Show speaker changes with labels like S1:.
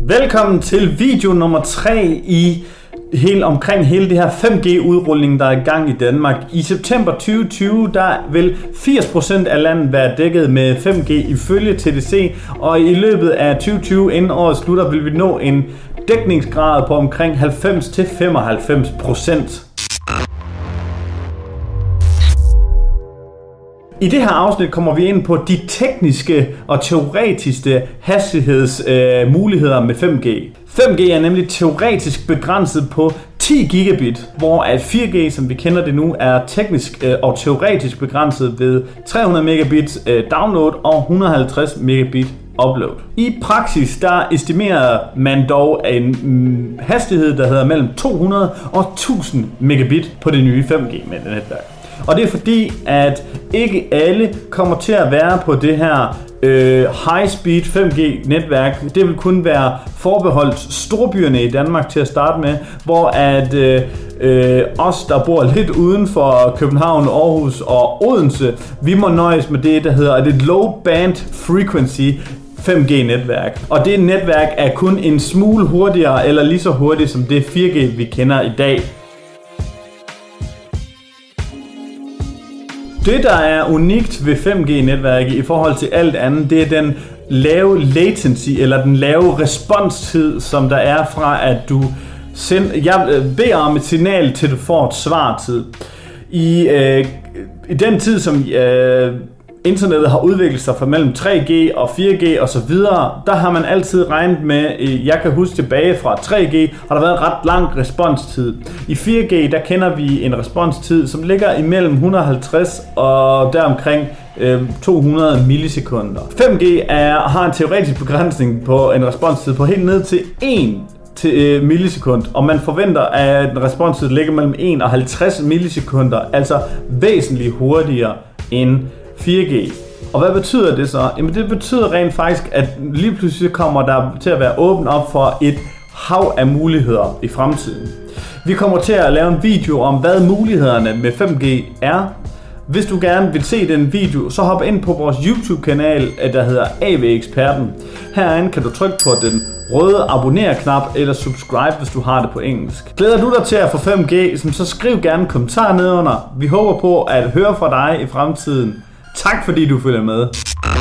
S1: Velkommen til video nummer 3 i omkring hele det her 5G-udrulning, der er i gang i Danmark. I september 2020, der vil 80% af landet være dækket med 5G ifølge TDC, og i løbet af 2020, inden året slutter, vil vi nå en dækningsgrad på omkring 90-95%. I det her afsnit kommer vi ind på de tekniske og teoretiske hastighedsmuligheder med 5G. 5G er nemlig teoretisk begrænset på 10 gigabit, hvor at 4G, som vi kender det nu, er teknisk og teoretisk begrænset ved 300 megabit download og 150 megabit upload. I praksis, der estimerer man dog en hastighed, der hedder mellem 200 og 1000 megabit på det nye 5G-netværk. Og det er fordi, at ikke alle kommer til at være på det her high-speed 5G-netværk. Det vil kun være forbeholdt storbyerne i Danmark til at starte med, hvor at os, der bor lidt uden for København, Aarhus og Odense, vi må nøjes med det, der hedder et low band frequency 5G-netværk. Og det netværk er kun en smule hurtigere eller lige så hurtigt som det 4G, vi kender i dag. Det, der er unikt ved 5G-netværket i forhold til alt andet, det er den lave latency, eller den lave responstid, som der er fra, at du jeg beder om et signal, til du får et svartid. I den tid, som internettet har udviklet sig fra mellem 3G og 4G og så videre, der har man altid regnet med, jeg kan huske tilbage fra 3G, har der været ret lang responstid. I 4G, der kender vi en responstid, som ligger imellem 150 og deromkring 200 millisekunder. 5G har en teoretisk begrænsning på en responstid på helt ned til 1 millisekund, og man forventer, at en responstid ligger mellem 1 og 50 millisekunder, altså væsentligt hurtigere end 4G. Og hvad betyder det så? Jamen det betyder rent faktisk, at lige pludselig kommer der til at være åbent op for et hav af muligheder i fremtiden. Vi kommer til at lave en video om, hvad mulighederne med 5G er. Hvis du gerne vil se den video, så hop ind på vores YouTube-kanal, der hedder AV-eksperten. Herinde kan du trykke på den røde abonner-knap eller subscribe, hvis du har det på engelsk. Glæder du dig til at få 5G, så skriv gerne en kommentar nedenunder. Vi håber på at høre fra dig i fremtiden. Tak fordi du følger med.